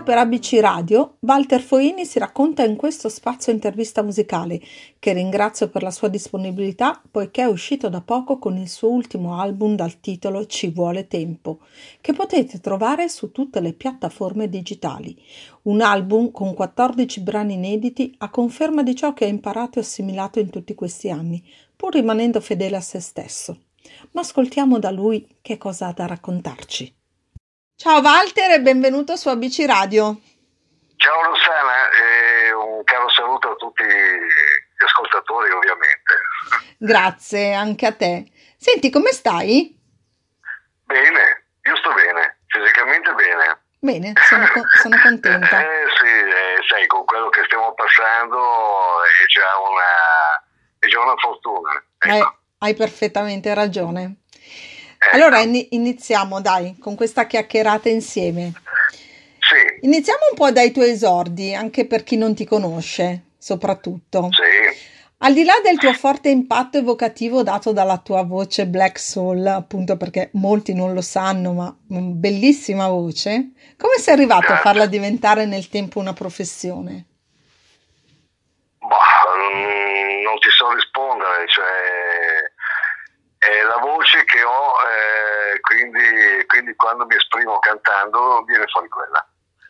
per ABC Radio, Walter Foini si racconta in questo spazio intervista musicale, che ringrazio per la sua disponibilità, poiché è uscito da poco con il suo ultimo album dal titolo Ci vuole tempo, che potete trovare su tutte le piattaforme digitali. Un album con 14 brani inediti a conferma di ciò che ha imparato e assimilato in tutti questi anni, pur rimanendo fedele a se stesso. Ma ascoltiamo da lui che cosa ha da raccontarci. Ciao Walter e benvenuto su ABC Radio. Ciao Rossana e un caro saluto a tutti gli ascoltatori ovviamente. Grazie, anche a te. Senti, come stai? Bene, io sto bene, fisicamente bene. Bene, sono contenta. Sì, sai, con quello che stiamo passando è già una fortuna. Ecco. Hai perfettamente ragione. Allora iniziamo, dai, con questa chiacchierata insieme. Sì. Iniziamo un po' dai tuoi esordi, anche per chi non ti conosce, soprattutto. Sì. Al di là del tuo forte impatto evocativo dato dalla tua voce Black Soul, appunto perché molti non lo sanno, ma bellissima voce, come sei arrivato a farla diventare nel tempo una professione? Non ti so rispondere, cioè è la voce che ho, quindi quando mi esprimo cantando viene fuori quella.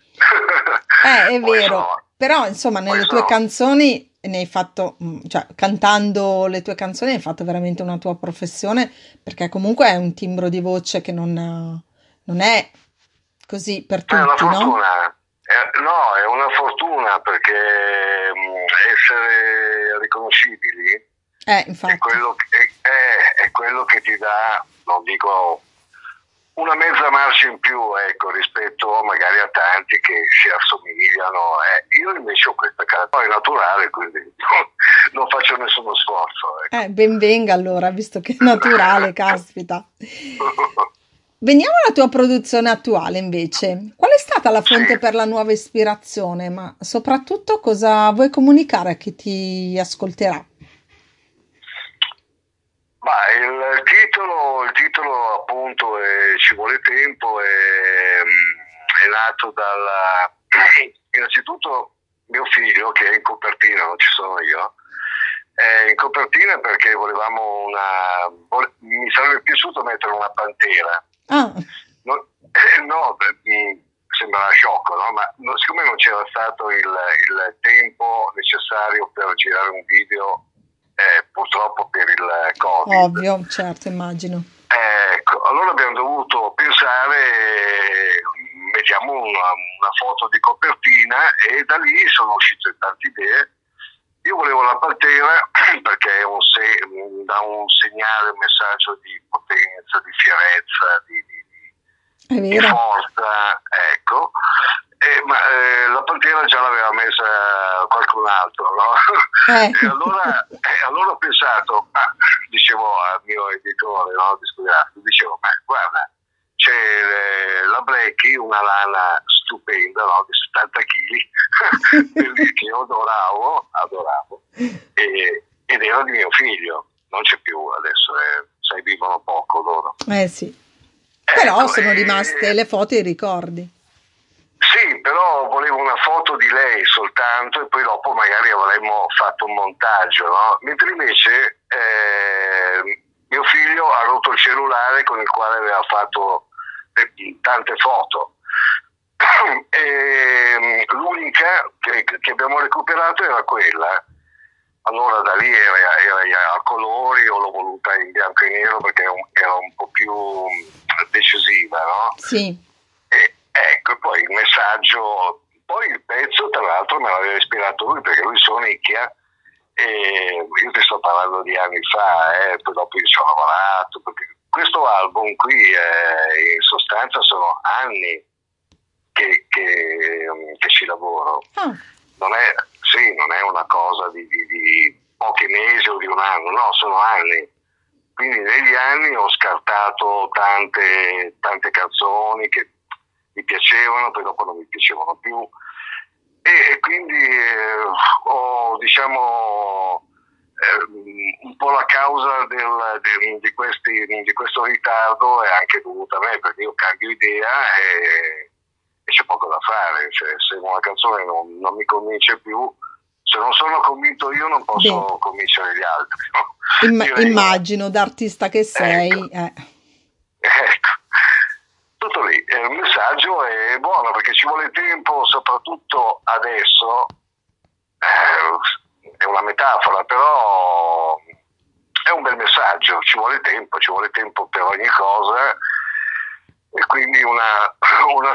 È vero, però insomma nelle tue canzoni ne hai fatto, cioè cantando le tue canzoni hai fatto veramente una tua professione, perché comunque è un timbro di voce che non è così per tutti, è una fortuna. No? No, è una fortuna perché essere riconoscibili infatti. È quello che ti dà, non dico una mezza marcia in più, ecco, rispetto magari a tanti che si assomigliano. Io invece ho questa caratteristica naturale, quindi non faccio nessuno sforzo. Ecco. Ben venga allora, visto che è naturale, caspita. Veniamo alla tua produzione attuale invece. Qual è stata la fonte per la nuova ispirazione, ma soprattutto cosa vuoi comunicare a chi ti ascolterà? Il titolo appunto Ci vuole tempo, è nato innanzitutto mio figlio che è in copertina, non ci sono io, è in copertina perché mi sarebbe piaciuto mettere una pantera. Sembra sciocco, no? Ma siccome non c'era stato il tempo necessario per girare un video, purtroppo per il Covid. Ovvio, certo, immagino. Ecco, allora abbiamo dovuto pensare, mettiamo una foto di copertina e da lì sono uscite tante idee. Io volevo la pantera perché dà un segnale, un messaggio di potenza, di fierezza, di forza, ecco. Ma la pantera già l'aveva messa qualcun altro, no? E allora ho pensato, dicevo al mio editore, no, discografico, dicevo, guarda, c'è la Blackie, una lana stupenda, no, di 70 kg, che io adoravo, ed era di mio figlio, non c'è più adesso, sai, vivono poco loro. Sì. Però sono rimaste le foto e i ricordi. Sì, però volevo una foto di lei soltanto e poi dopo magari avremmo fatto un montaggio, no? Mentre invece mio figlio ha rotto il cellulare con il quale aveva fatto tante foto. E l'unica che abbiamo recuperato era quella. Allora da lì era a colori, io l'ho voluta in bianco e nero perché era un po' più decisiva, no? Sì. Ecco, e poi il messaggio, poi il pezzo tra l'altro me l'aveva ispirato lui perché lui suonicchia e io ti sto parlando di anni fa, poi dopo io ci ho lavorato, perché questo album qui in sostanza sono anni che ci lavoro. Non è una cosa di pochi mesi o di un anno, no, sono anni. Quindi negli anni ho scartato tante canzoni che mi piacevano, poi dopo non mi piacevano più e quindi ho, diciamo, un po' la causa di questo ritardo è anche dovuta a me, perché io cambio idea e c'è poco da fare, cioè, se una canzone non mi convince più, se non sono convinto io non posso Beh, convincere gli altri, no? Di regola. immagino, da artista che sei. Ecco, ecco. Tutto lì, il messaggio è buono perché ci vuole tempo, soprattutto adesso, è una metafora, però è un bel messaggio, ci vuole tempo per ogni cosa e quindi una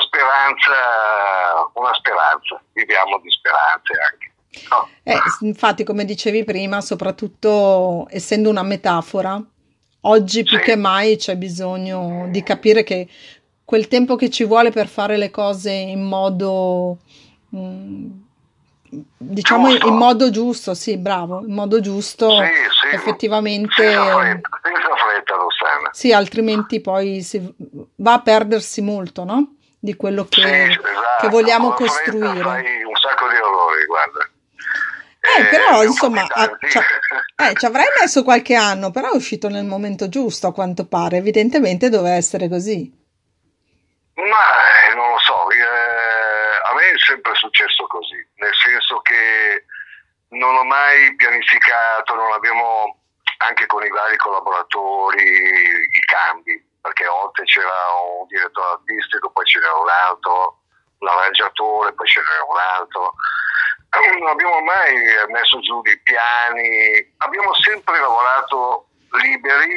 speranza, viviamo di speranze anche. No? Infatti, come dicevi prima, soprattutto essendo una metafora, oggi più che Sì, mai c'è bisogno di capire che quel tempo che ci vuole per fare le cose in modo, mm, diciamo in giusto, modo giusto, sì, bravo, in modo sì, giusto, sì, effettivamente, senza fretta, Rossana. sì, altrimenti poi si va a perdersi molto, no? Di quello Sì, che esatto, vogliamo con la fretta costruire. fai un sacco di errori, guarda. Però Ne ho fatti insomma, tanti. ci avrei messo qualche anno, però è uscito nel momento giusto, a quanto pare. Evidentemente doveva essere così. Ma non lo so, a me è sempre successo così, nel senso che non ho mai pianificato, non abbiamo anche con i vari collaboratori i cambi, perché a volte c'era un direttore artistico, poi ce n'era un altro, un arrangiatore, poi ce n'era un altro. Non abbiamo mai messo giù dei piani, abbiamo sempre lavorato liberi,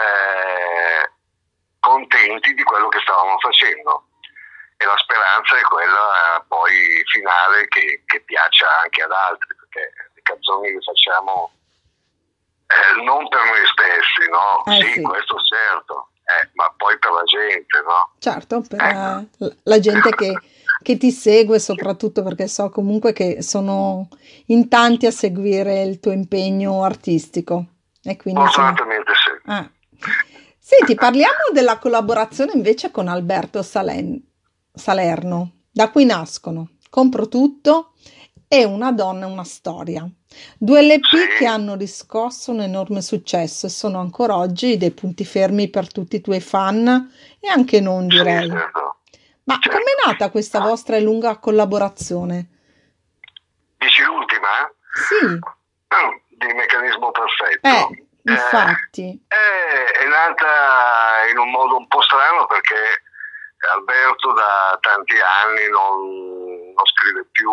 contenti di quello che stavamo facendo e la speranza è quella poi finale che piaccia anche ad altri, perché le canzoni le facciamo non per noi stessi, no? Eh Sì, sì, questo certo, ma poi per la gente, no? certo, per Ecco. la gente che ti segue, soprattutto perché so comunque che sono in tanti a seguire il tuo impegno artistico. E quindi insomma. Fortunatamente sì. Ah. Senti, parliamo della collaborazione invece con Alberto Salerno, da cui nascono Compro tutto e Una donna e una storia. Due LP che Sì, hanno riscosso un enorme successo e sono ancora oggi dei punti fermi per tutti i tuoi fan e anche non, sì, direi. certo, Ma com'è certo. nata questa vostra e lunga collaborazione? Dici l'ultima? Sì, Di Meccanismo Perfetto. infatti. È nata in un modo un po' strano perché Alberto da tanti anni non scrive più,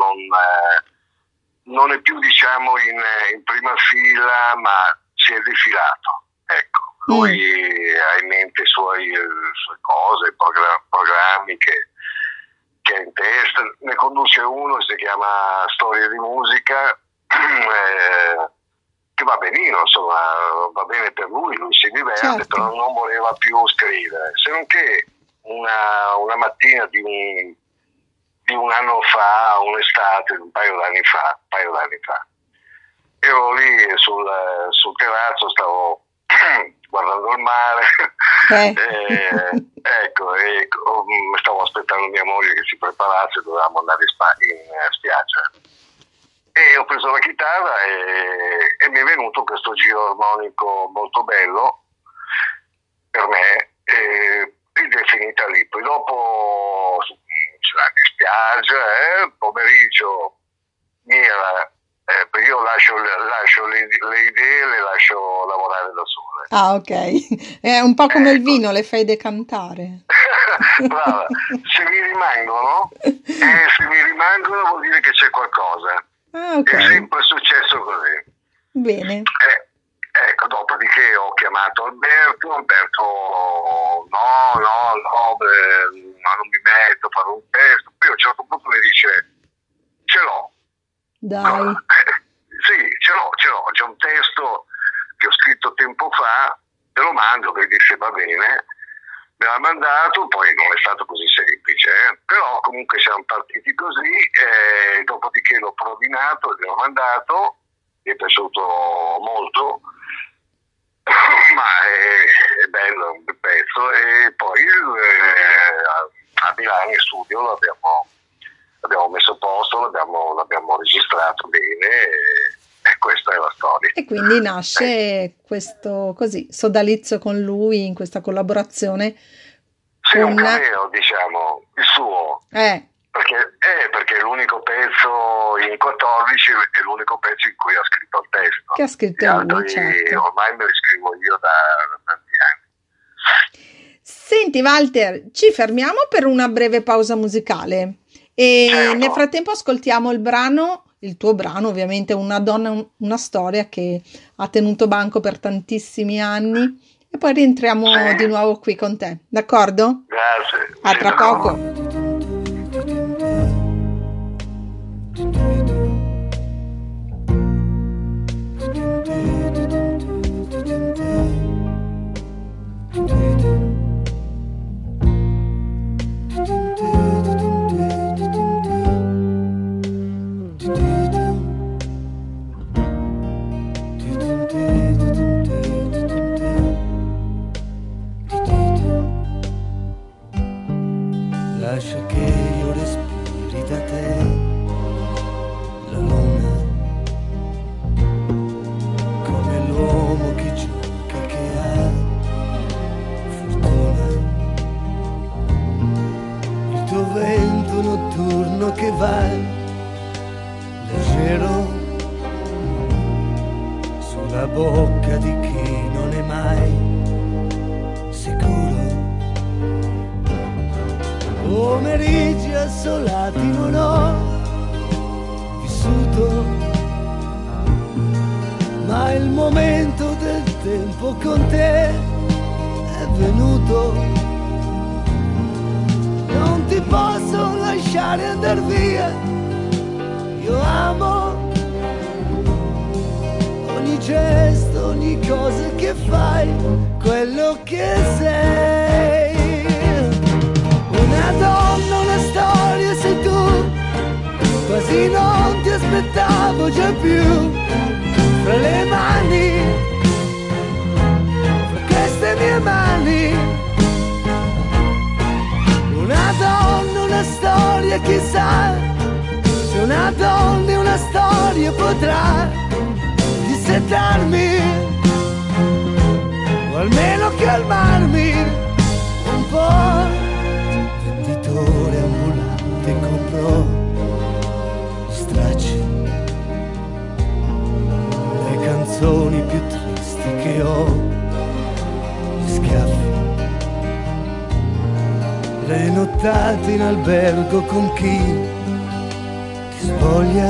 non è più diciamo in prima fila, ma si è defilato. Ecco, Mm, lui ha in mente sue cose, programmi che ha in testa, ne conduce uno che si chiama Storie di musica, che va benino, insomma, va bene per lui si diverte, certo. però non voleva più scrivere, se non che una mattina di un anno fa, un'estate, un paio d'anni fa, ero lì sul terrazzo, stavo guardando il mare, Eh. ecco, stavo aspettando mia moglie che si preparasse, dovevamo andare in spiaggia. E ho preso la chitarra e mi è venuto questo giro armonico molto bello per me ed è finita lì. Poi dopo in spiaggia, pomeriggio mi era, perché io lascio le idee, le lascio lavorare da sole. Ah, ok. È un po' come il Ecco. vino, le fai decantare. Brava, se mi rimangono, se mi rimangono vuol dire che c'è qualcosa. Ah, ok. È sempre successo così. Bene. Ecco, dopodiché ho chiamato Alberto, no, ma non mi metto a fare un testo. Poi a un certo punto mi dice, ce l'ho. Dai. Allora, sì, ce l'ho, c'è un testo che ho scritto tempo fa, te lo mando, vedi se va bene. Me l'ha mandato, poi non è stato così semplice, però comunque siamo partiti così, dopodiché l'ho provinato, gliel'ho mandato, mi è piaciuto molto, ma è bello, è un bel pezzo, e poi a Milano in studio l'abbiamo messo a posto, l'abbiamo registrato bene e questa è la storia. E quindi Ecco. nasce questo così sodalizio con lui in questa collaborazione Sì, un cameo, diciamo, il suo. Perché è l'unico pezzo in 14, è l'unico pezzo in cui ha scritto il testo. Che ha scritto Gli altri, lui, certo. ormai me li scrivo io da tanti anni. Senti Walter, ci fermiamo per una breve pausa musicale e Certo. nel frattempo ascoltiamo il brano, il tuo brano ovviamente, Una donna, una storia, che ha tenuto banco per tantissimi anni, e poi rientriamo di nuovo qui con te, d'accordo? Grazie. A tra poco. Lascia che io respiri da te la luna, come l'uomo che gioca, che ha fortuna, il tuo vento notturno che va leggero sulla bocca di chi non è mai sicuro. Pomeriggi assolati non ho vissuto, ma il momento del tempo con te è venuto. Non ti posso lasciare andar via, io amo ogni gesto, ogni cosa che fai, quello che sei. Una donna, una storia sei tu, quasi non ti aspettavo già più. Fra le mani, fra queste mie mani, una donna, una storia, chissà se una donna e una storia potrà dissetarmi o almeno calmarmi un po'. Venditore ambulante comprò stracci, le canzoni più tristi che ho, gli schiaffi, le nottate in albergo con chi ti spoglia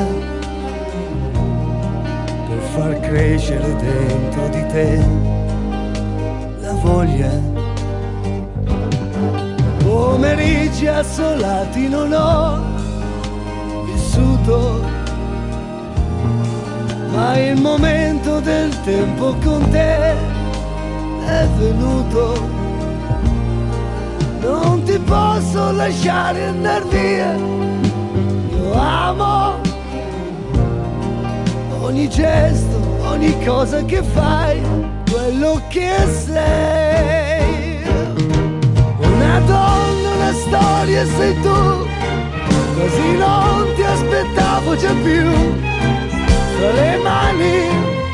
per far crescere dentro di te la voglia. Pomeriggi assolati non ho vissuto, ma il momento del tempo con te è venuto. Non ti posso lasciare andar via, io amo ogni gesto, ogni cosa che fai, quello che sei. Una donna, una storia sei tu, così non ti aspettavo già più. Fra le mani,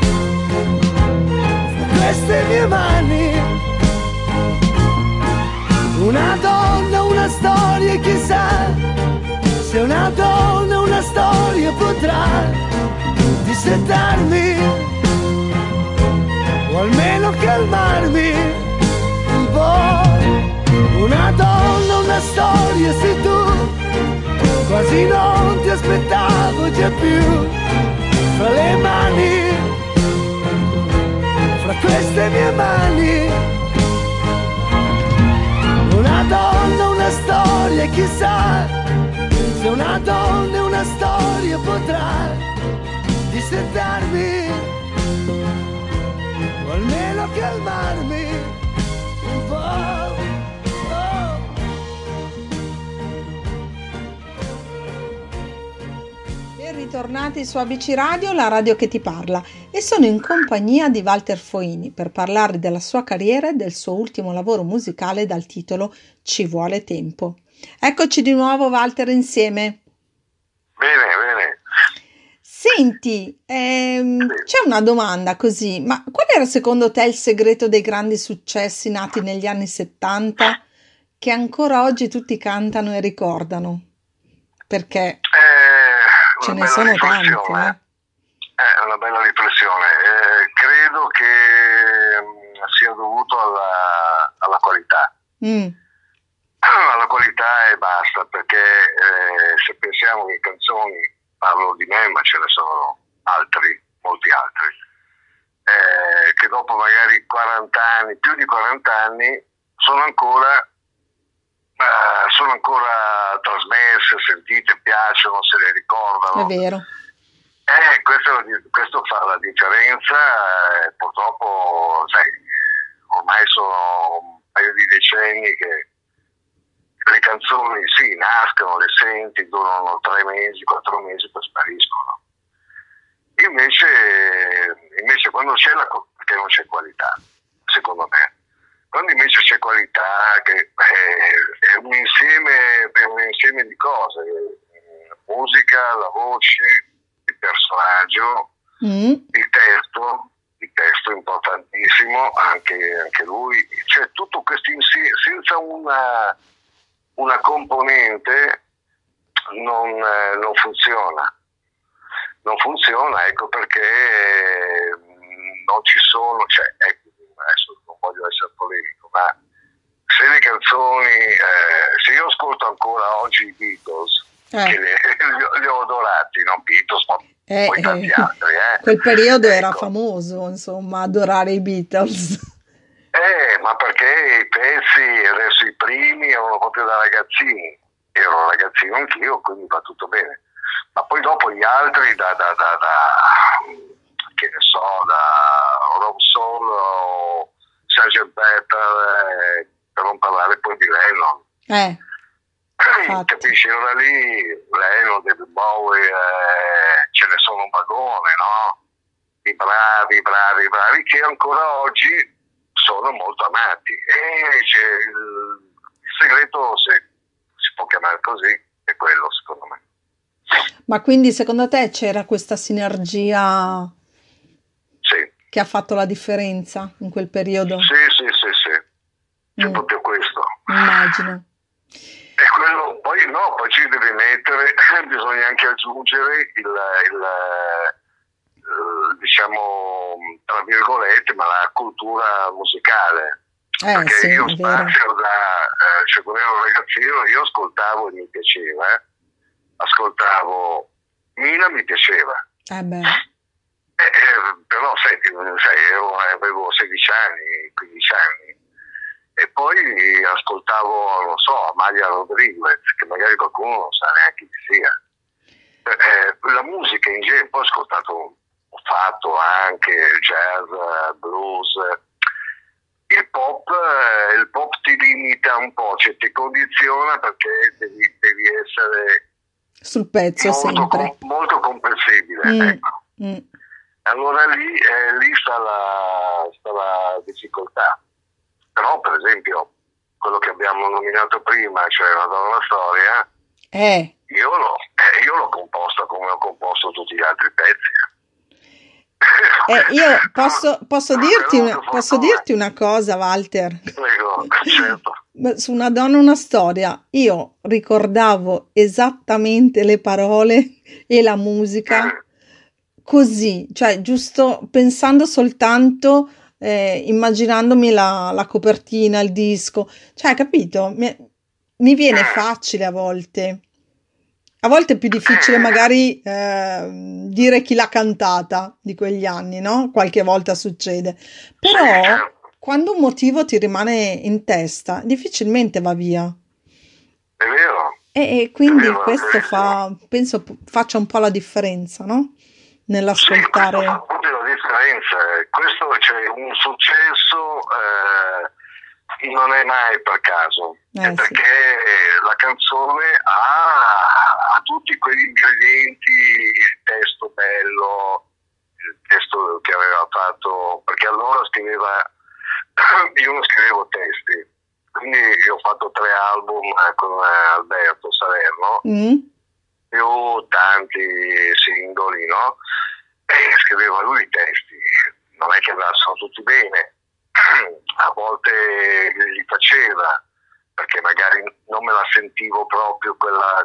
fra queste mie mani, una donna, una storia, chissà se una donna, una storia potrà dissetarmi o almeno calmarmi un po'. Una donna, una storia sei tu, quasi non ti aspettavo già più. Fra le mani, fra queste mie mani, una donna, una storia, chissà se una donna e una storia potrà dissetarmi o almeno calmarmi un po'. Ritornati su ABC Radio, la radio che ti parla, e sono in compagnia di Walter Foini per parlare della sua carriera e del suo ultimo lavoro musicale dal titolo Ci vuole tempo. Eccoci di nuovo Walter insieme. Bene. Senti, c'è una domanda così, ma qual era secondo te il segreto dei grandi successi nati negli anni 70 che ancora oggi tutti cantano e ricordano? Perché ce ne sono tanti, È una bella riflessione. Credo che sia dovuto alla qualità. Alla qualità e basta, perché se pensiamo che canzoni, parlo di me, ma ce ne sono altri, molti altri, che dopo magari 40 anni, più di 40 anni, sono ancora trasmesse, sentite, piacciono, se le ricordano. È vero. Questo fa la differenza. Purtroppo, sai, ormai sono un paio di decenni che le canzoni sì, nascono, le senti, durano 3 mesi, 4 mesi, poi spariscono. Invece quando c'è perché non c'è qualità, secondo me. Quando invece c'è qualità, che è un insieme di cose, la musica, la voce, il personaggio, il testo importantissimo, anche lui, cioè tutto questo insieme, senza una componente non funziona. Non funziona, ecco perché non ci sono, adesso non voglio essere polemico, ma se le canzoni, se io ascolto ancora oggi i Beatles, che li ho adorati, no? Beatles, ma poi tanti altri. Quel periodo era famoso, insomma, adorare i Beatles. Ma perché i pezzi, adesso i primi, erano proprio da ragazzini. Ero ragazzino anch'io, quindi va tutto bene. Ma poi dopo gli altri, che ne so, da Rob Soul o Sgt. Pepper, per non parlare poi di Lennon. Capisci? Ora lì Lennon, David Bowie, ce ne sono un vagone, no? I bravi, che ancora oggi sono molto amati. E il segreto, se si può chiamare così, è quello, secondo me. Ma quindi secondo te c'era questa sinergia che ha fatto la differenza in quel periodo? Sì. C'è proprio questo. Immagino. E quello, poi ci devi mettere, bisogna anche aggiungere diciamo, tra virgolette, ma la cultura musicale. Perché io spazio cioè quando ero ragazzino, io ascoltavo e mi piaceva, ascoltavo Mina, mi piaceva. Però senti, io avevo 16 anni, 15 anni, e poi ascoltavo, non so, Amalia Rodriguez, che magari qualcuno non sa neanche chi sia. La musica in genere, poi ho fatto anche jazz, blues. Il pop ti limita un po', cioè ti condiziona, perché devi essere sul pezzo sempre. Molto comprensibile. Ecco. Allora lì sta la difficoltà. Però, per esempio, quello che abbiamo nominato prima, cioè Una donna, una storia, io l'ho composta come ho composto tutti gli altri pezzi. Io posso dirti una cosa, Walter? Prego, certo. Su Una donna, una storia, io ricordavo esattamente le parole e la musica così, cioè giusto pensando soltanto, immaginandomi la copertina, il disco, cioè capito? Mi viene facile a volte è più difficile magari dire chi l'ha cantata di quegli anni, no? Qualche volta succede, però quando un motivo ti rimane in testa, difficilmente va via. È vero. E quindi questo penso faccia un po' la differenza, no? Nell'ascoltare. Sì, fa proprio la differenza. Questo, cioè, un successo non è mai per caso, è perché la canzone ha tutti quegli ingredienti, il testo bello, il testo che aveva fatto, perché allora io non scrivevo testi, quindi io ho fatto 3 album con Alberto Salerno, più tanti singoli, no? E scriveva lui i testi, non è che andassero tutti bene, a volte li faceva, perché magari non me la sentivo proprio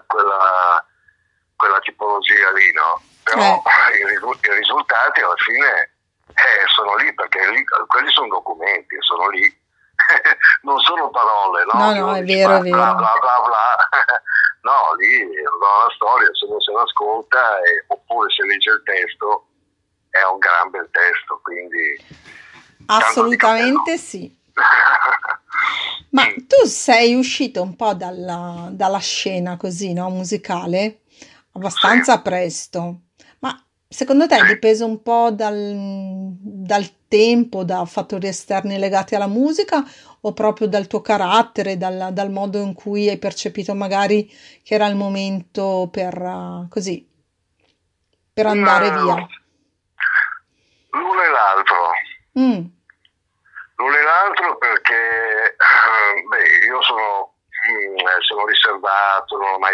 quella tipologia lì, no? Però i risultati alla fine sono lì, perché quelli sono documenti, sono lì, non sono parole, no? No, è vero, è vero. Bla bla bla bla. No, lì è una storia, se non se l'ascolta, oppure se legge il testo, è un gran bel testo, quindi... Assolutamente sì. Ma tu sei uscito un po' dalla scena così, no? Musicale, abbastanza presto. Ma secondo te è dipeso un po' dal tempo, da fattori esterni legati alla musica, o proprio dal tuo carattere, dal modo in cui hai percepito magari che era il momento per così, per andare via? L'uno e l'altro. L'uno e l'altro perché io sono riservato, non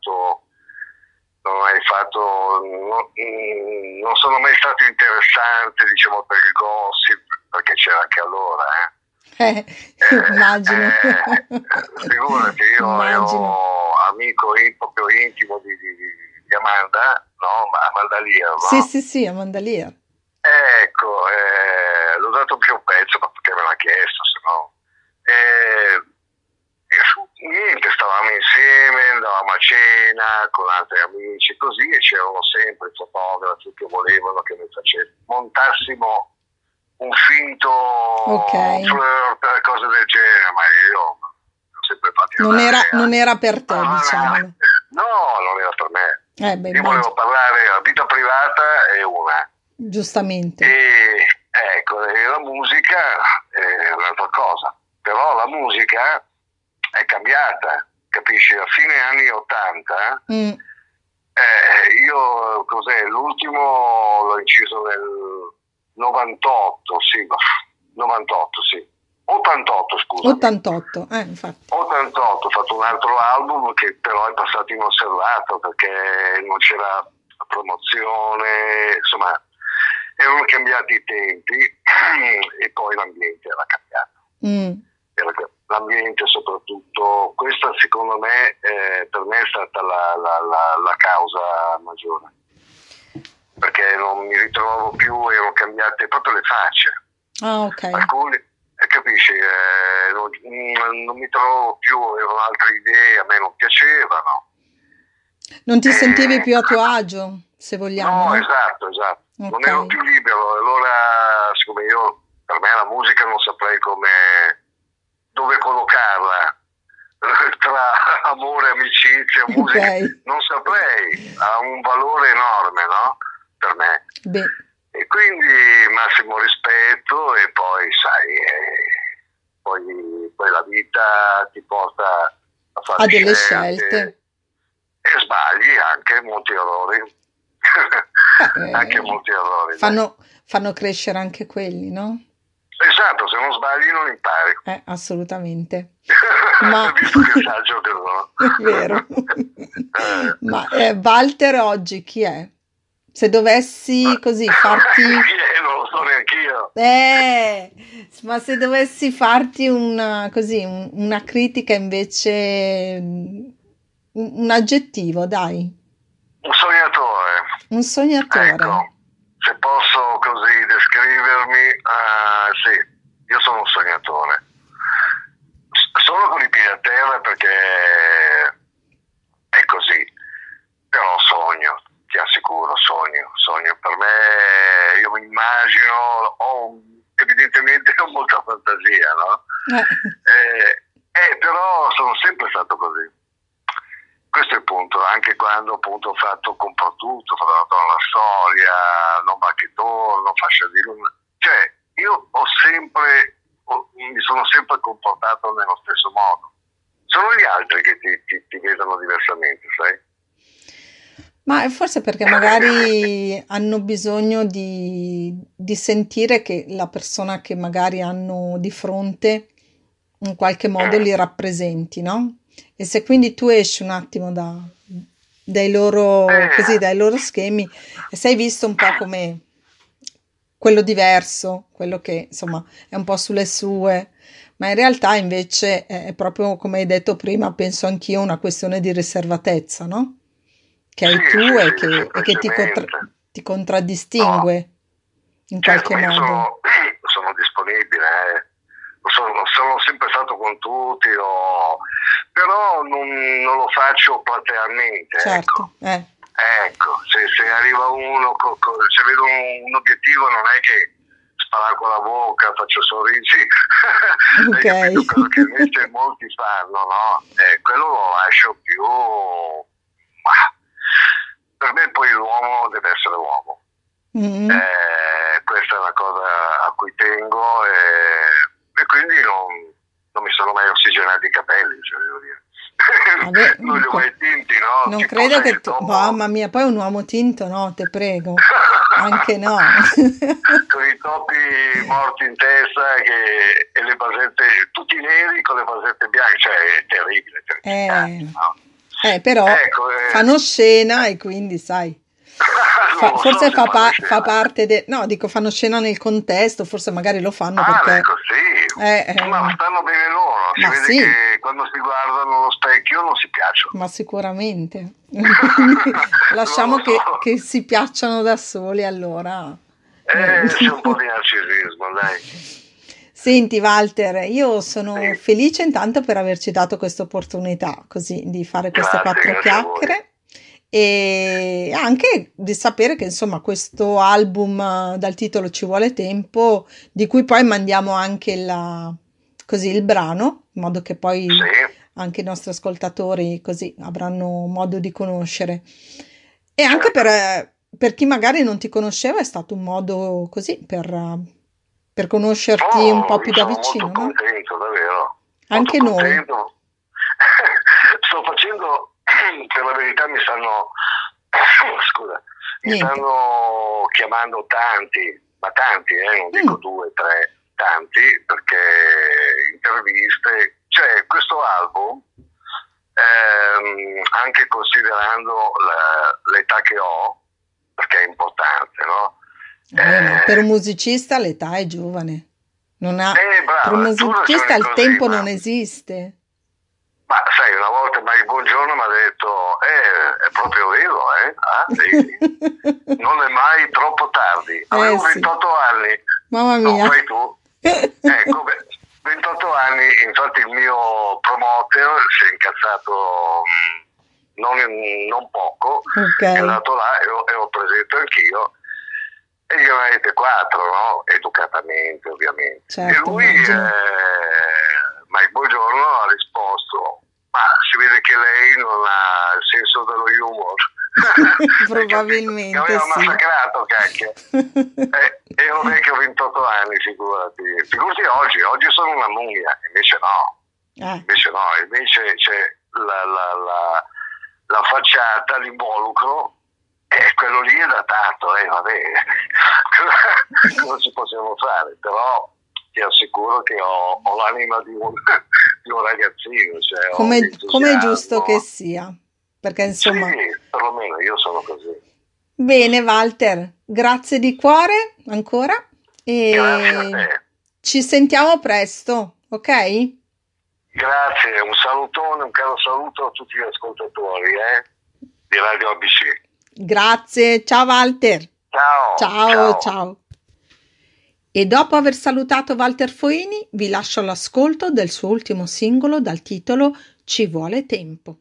sono mai stato interessante, diciamo, per il gossip, perché c'era anche allora, immagino. Figurati, io ero amico proprio intimo di Amanda, no? Amanda Lear, no? Sì, Amanda Lear. Ecco, l'ho dato più un pezzo perché me l'ha chiesto, se no. Niente, stavamo insieme, andavamo a cena con altri amici, così, e c'erano sempre i fotografi che volevano che noi montassimo un finto flirt, cose del genere, ma io ho sempre fatto non era per te, diciamo. No, non era per me. Io volevo parlare, la vita privata è una. Giustamente. E ecco, la musica è un'altra cosa, però la musica è cambiata, capisci? A fine anni 80, io l'ultimo l'ho inciso nel 98, sì, 98, sì. 88, scusa. 88, infatti. 88, ho fatto un altro album che però è passato inosservato perché non c'era promozione, insomma, erano cambiati i tempi e poi l'ambiente era cambiato. L'ambiente soprattutto, questa secondo me per me è stata la causa maggiore, perché non mi ritrovavo più, erano cambiate proprio le facce. Alcuni, capisci, non mi trovavo più, avevano altre idee, a me non piacevano. Non ti sentivi più a tuo agio, se vogliamo? No, esatto. Non ero più libero, allora siccome io, per me la musica non saprei dove collocarla tra amore, amicizia, musica, non saprei, ha un valore enorme, no? Per me. E quindi massimo rispetto, e poi sai, poi la vita ti porta a fare delle scelte e sbagli anche molti errori. Anche molti errori. Fanno crescere anche quelli, no? Esatto, se non sbagli non impari. Assolutamente. Visto che saggio che no. È vero. Ma Walter oggi chi è? Se dovessi così farti... non lo so neanch'io. Ma se dovessi farti una critica invece, un aggettivo, dai. Un sognatore. Un sognatore. Ecco, se posso così descrivermi, sì, io sono un sognatore. Solo con i piedi a terra perché è così, però sogno, ti assicuro, sogno. Per me, io mi immagino, evidentemente ho molta fantasia, no? Però sono sempre stato così. Questo è il punto, anche quando appunto ho fatto Compro-Tutto, ho fatto la storia, Non va che torno, Fascia di luna, cioè io mi sono sempre comportato nello stesso modo. Sono gli altri che ti vedono diversamente, sai? Ma forse perché magari hanno bisogno di sentire che la persona che magari hanno di fronte in qualche modo li rappresenti, no? E se quindi tu esci un attimo dai loro schemi e sei visto un po' come quello diverso, quello che insomma è un po' sulle sue, ma in realtà invece è proprio come hai detto prima, penso anch'io, una questione di riservatezza, no? Che hai tu e che ti contraddistingue in Certo, qualche ma io modo. sono disponibile, sono sempre stato con tutti, però non lo faccio platealmente, Certo, ecco. Ecco, se arriva uno, se vedo un obiettivo non è che sparo con la bocca, faccio sorrisi, ok. hai capito quello che invece molti fanno, no? Quello lo lascio più, ma per me poi l'uomo deve essere uomo. Mm. Questa è una cosa a cui tengo e quindi non mi sono mai ossigenati i capelli, cioè, devo dire. Vabbè, Non li ho mai tinti, no? non Tipo, credo sai, che tu... dopo- Mamma mia, poi un uomo tinto, no, te prego. Anche no. Con i topi morti in testa e le basette, tutti neri con le basette bianche, cioè è terribile. No? Però Ecco, fanno scena e quindi sai. non lo so Forse se fanno scena. fa parte no, dico fanno scena nel contesto, forse magari lo fanno Ah, perché ecco, sì. Ma stanno bene loro, si ma vede sì. che quando si guardano allo specchio non si piacciono. Ma sicuramente. Quindi lasciamo Non lo so. che si piacciono da soli allora. C'è un po' di narcisismo, dai. Senti Walter, io sono Sì. felice intanto per averci dato questa opportunità così di fare queste Grazie, 4 grazie a voi. chiacchiere e anche di sapere che insomma questo album dal titolo Ci vuole tempo, di cui poi mandiamo anche il brano, in modo che poi Sì. anche i nostri ascoltatori così avranno modo di conoscere. E anche per chi magari non ti conosceva è stato un modo così per conoscerti un po' più da vicino, sono molto contento, davvero. Anche molto noi. Contento. Sto facendo, per la verità mi stanno chiamando tanti, ma tanti, non dico 2, 3, tanti, perché interviste, cioè questo album, anche considerando l'età che ho, perché è importante, no? Ma per un musicista l'età è giovane. Brava, per un musicista il tempo ma non esiste. Ma sai, una volta Mike Buongiorno mi ha detto, è proprio vero, vedi? Non è mai troppo tardi. Avevo 28 anni. Mamma mia. Non fai tu. Ecco, 28 anni, infatti il mio promoter si è incazzato non poco, è andato là e ho presentato anch'io. E gli avete 4, no? Educatamente, ovviamente. Certo, e lui, Mike Buongiorno, ha risposto: ma si vede che lei non ha il senso dello humor. Probabilmente. Mi aveva massacrato, cacchio. E ero vecchio 28 anni, figurati. Figurati oggi sono una mummia, invece no. Invece c'è la facciata, l'involucro. Quello lì è datato, vabbè, cosa ci possiamo fare? Però ti assicuro che ho l'anima di un ragazzino. Cioè, come è giusto che sia, perché insomma... Sì, perlomeno io sono così. Bene Walter, grazie di cuore ancora e grazie a te. Ci sentiamo presto, ok? Grazie, un salutone, un caro saluto a tutti gli ascoltatori di Radio ABC. Grazie, ciao Walter. Ciao. E dopo aver salutato Walter Foini, vi lascio all'ascolto del suo ultimo singolo dal titolo Ci vuole tempo.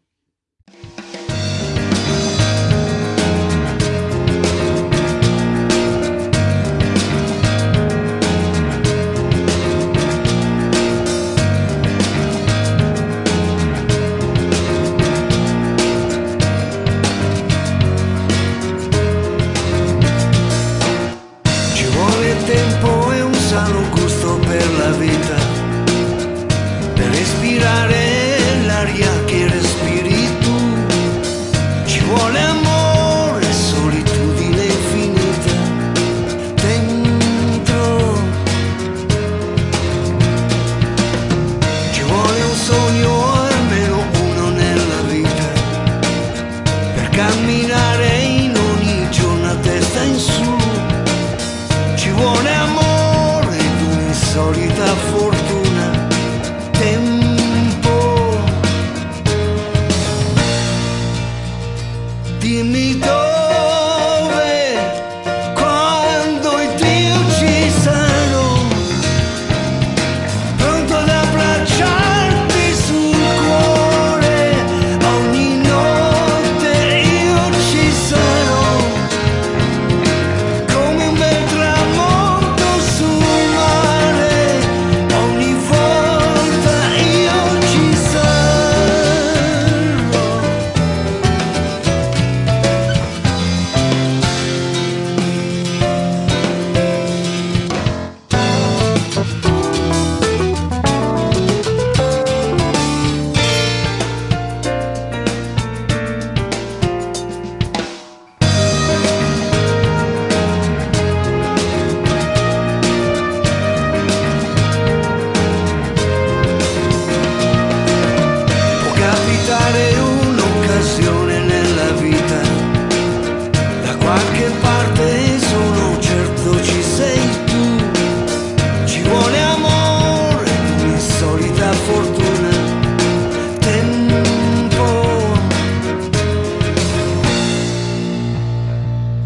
Tempo è un sano gusto per la vita, per respirare l'aria che respiri tu.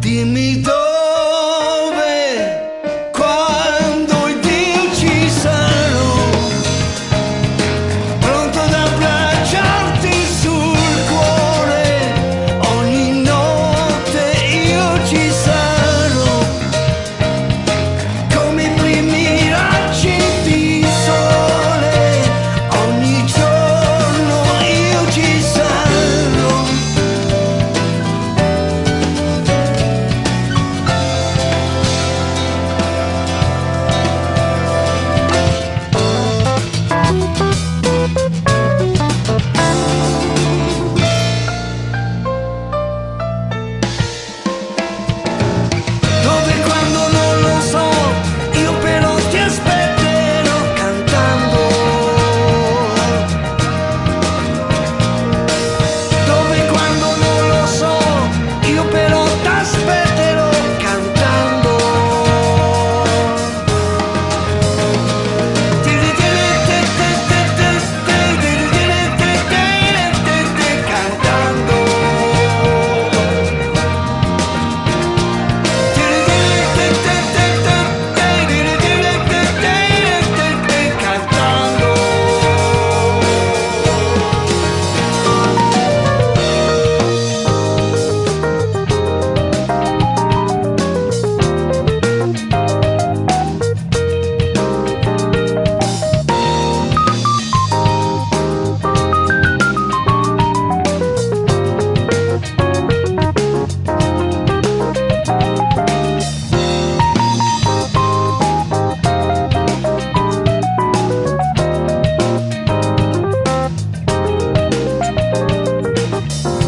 dimmi dove